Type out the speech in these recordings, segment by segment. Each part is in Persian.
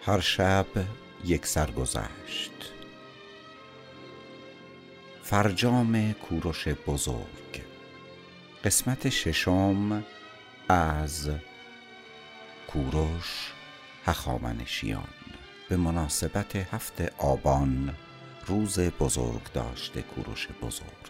هر شب یک سرگذشت. فرجام کوروش بزرگ، قسمت ششم از کوروش هخامنشیان به مناسبت 7 آبان، روز بزرگداشت کوروش بزرگ.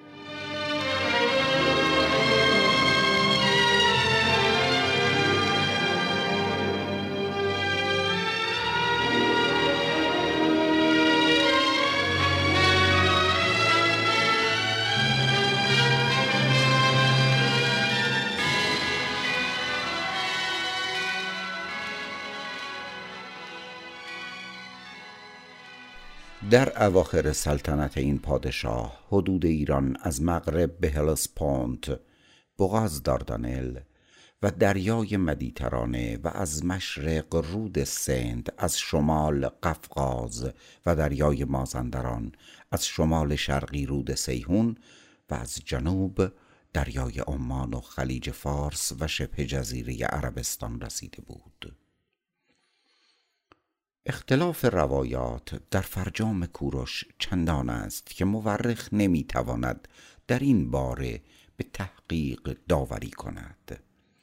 در اواخر سلطنت این پادشاه، حدود ایران از مغرب به هلسپونت، بوغاز داردانل و دریای مدیترانه و از مشرق رود سند، از شمال قفقاز و دریای مازندران، از شمال شرقی رود سیهون و از جنوب دریای عمان و خلیج فارس و شبه جزیره عربستان رسیده بود. اختلاف روایات در فرجام کوروش چندان است که مورخ نمیتواند در این باره به تحقیق داوری کند.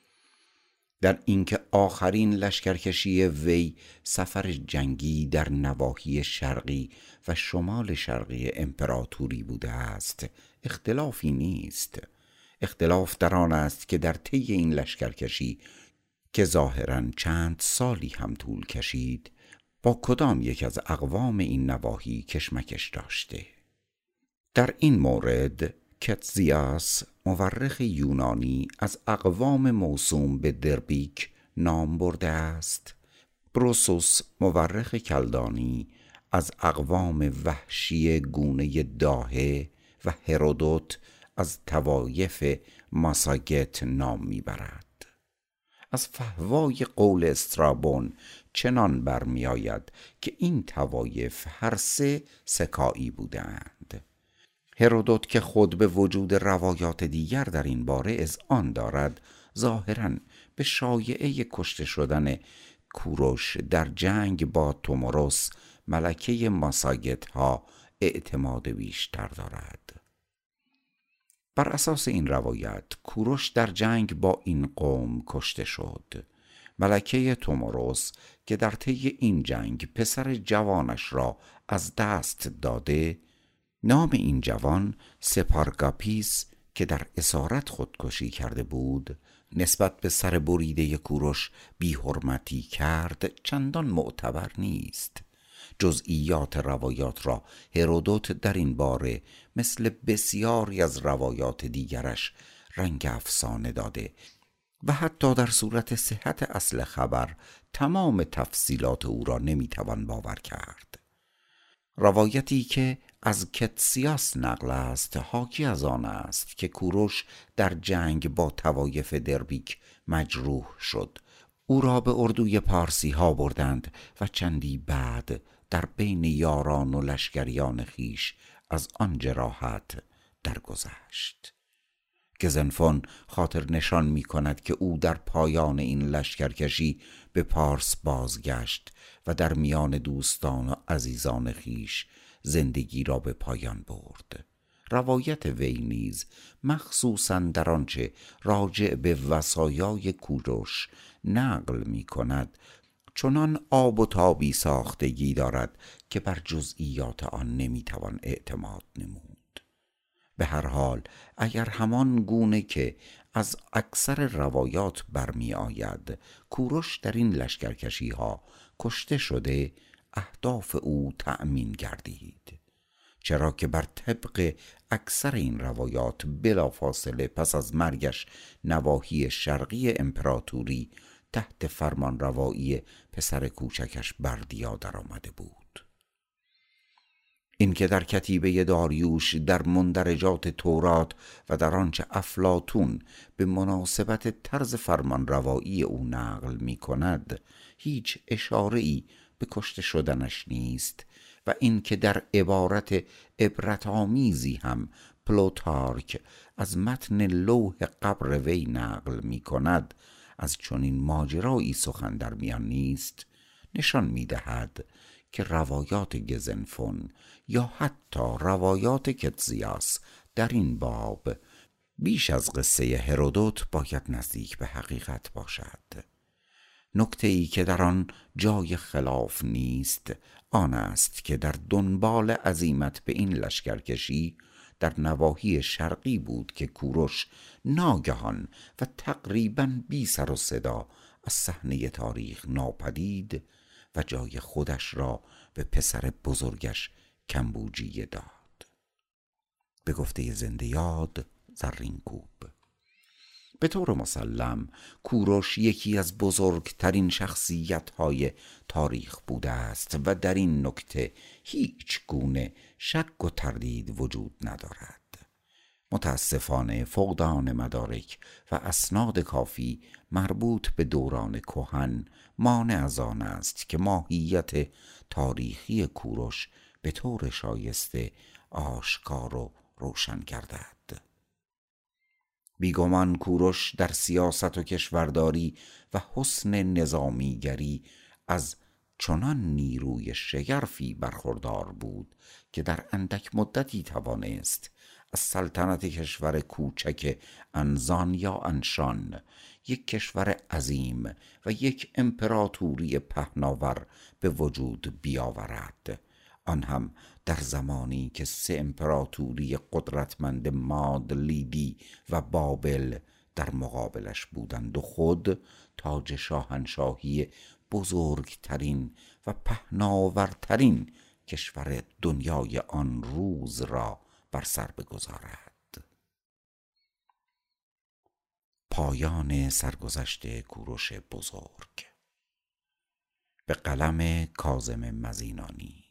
در اینکه آخرین لشکرکشی وی سفر جنگی در نواحی شرقی و شمال شرقی امپراتوری بوده است اختلافی نیست. اختلاف در آن است که در طی این لشکرکشی که ظاهراً چند سالی هم طول کشید، با کدام یک از اقوام این نواحی کشمکش داشته. در این مورد کتزیاس مورخ یونانی از اقوام موسوم به دربیک نام برده است. بروسوس مورخ کلدانی از اقوام وحشی گونه داهه و هرودوت از طوایف ماساگت نام میبرد. از فهوای قول استرابون چنان برمی آید که این طوایف هر سه سکایی بودند. هرودوت که خود به وجود روایات دیگر در این باره اذعان دارد، ظاهراً به شایعه کشته شدن کوروش در جنگ با توموروس ملکه ماساگت ها اعتماد بیشتر دارد. بر اساس این روایت کوروش در جنگ با این قوم کشته شد. ملکه توموروس که در طی این جنگ پسر جوانش را از دست داده، نام این جوان سپارگاپیس که در اسارت خودکشی کرده بود، نسبت به سر بریده کوروش بی حرمتی کرد، چندان معتبر نیست. جزئیات روایات را هرودوت در این باره مثل بسیاری از روایات دیگرش رنگ افسانه داده و حتی در صورت صحت اصل خبر تمام تفصیلات او را نمیتوان باور کرد. روایتی که از کتسیاس نقل است حاکی از آن است که کوروش در جنگ با طوایف دربیک مجروح شد. او را به اردوی پارسی ها بردند و چندی بعد در بین یاران و لشکریان خیش از آن جراحت درگذشت. گزنفون خاطر نشان می کند که او در پایان این لشکرکشی به پارس بازگشت و در میان دوستان و عزیزان خیش زندگی را به پایان برد. روایت وی نیز مخصوصاً در آنچه راجع به وصایای کوروش نقل می کند چنان آب و تابی ساختگی دارد که بر جزئیات آن نمیتوان اعتماد نمود. به هر حال اگر همان گونه که از اکثر روایات برمی آید کوروش در این لشکرکشی ها کشته شده، اهداف او تأمین گردید، چرا که بر طبق اکثر این روایات بلافاصله پس از مرگش نواحی شرقی امپراتوری تحت فرمان روایی پسر کوچکش بردیا در آمده بود. این که در کتیبه داریوش در مندرجات تورات و در آنچه افلاطون به مناسبت طرز فرمان روایی او نقل می کند هیچ اشاره‌ای به کشته شدنش نیست و این که در عبارت عبرت آمیزی هم پلوتارک از متن لوح قبر وی نقل می کند از چنین ماجرایی سخن در میان نیست، نشان می‌دهد که روایات گزنفون یا حتی روایات کتزیاس در این باب بیش از قصه هرودوت باید نزدیک به حقیقت باشد. نکته‌ای که در آن جای خلاف نیست آن است که در دنبال عزیمت به این لشکرکشی در نواحی شرقی بود که کوروش ناگهان و تقریباً بی سر و صدا از صحنه تاریخ ناپدید و جای خودش را به پسر بزرگش کمبوجیه داد. به گفته زنده یاد زرینکوب. به طور مسلم کوروش یکی از بزرگترین شخصیت‌های تاریخ بوده است و در این نکته هیچ گونه شک و تردید وجود ندارد. متاسفانه فقدان مدارک و اسناد کافی مربوط به دوران کهن مانع از آن است که ماهیت تاریخی کوروش به طور شایسته آشکار و روشن گردد. بیگمان کوروش در سیاست و کشورداری و حسن نظامیگری از چنان نیروی شگرفی برخوردار بود که در اندک مدتی توانست از سلطنت کشور کوچک انزان یا انشان یک کشور عظیم و یک امپراتوری پهناور به وجود بیاورد، آن هم در زمانی که 3 امپراتوری قدرتمند ماد، لیدی و بابل در مقابلش بودند و خود تاج شاهنشاهی بزرگترین و پهناورترین کشور دنیای آن روز را بر سر بگذارد. پایان سرگذشت کوروش بزرگ. به قلم کاظم مزینانی.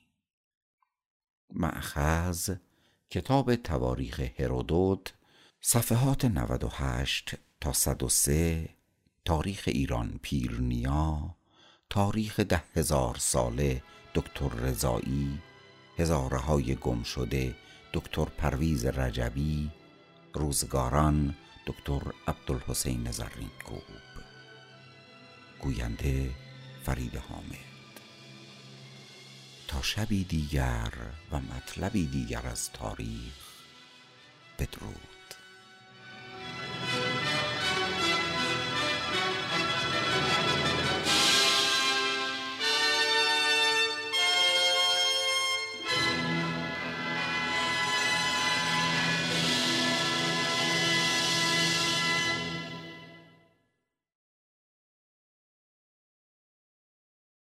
مأخذ کتاب تواریخ هرودوت، صفحات 98 تا 103. تاریخ ایران پیرنیا. تاریخ 10,000 ساله دکتر رضایی. هزاره‌های گم شده دکتر پرویز رجبی. روزگاران دکتر عبدالحسین زرینکوب. گوینده فرید حامد. تا شبی دیگر و مطلبی دیگر از تاریخ، بدرود.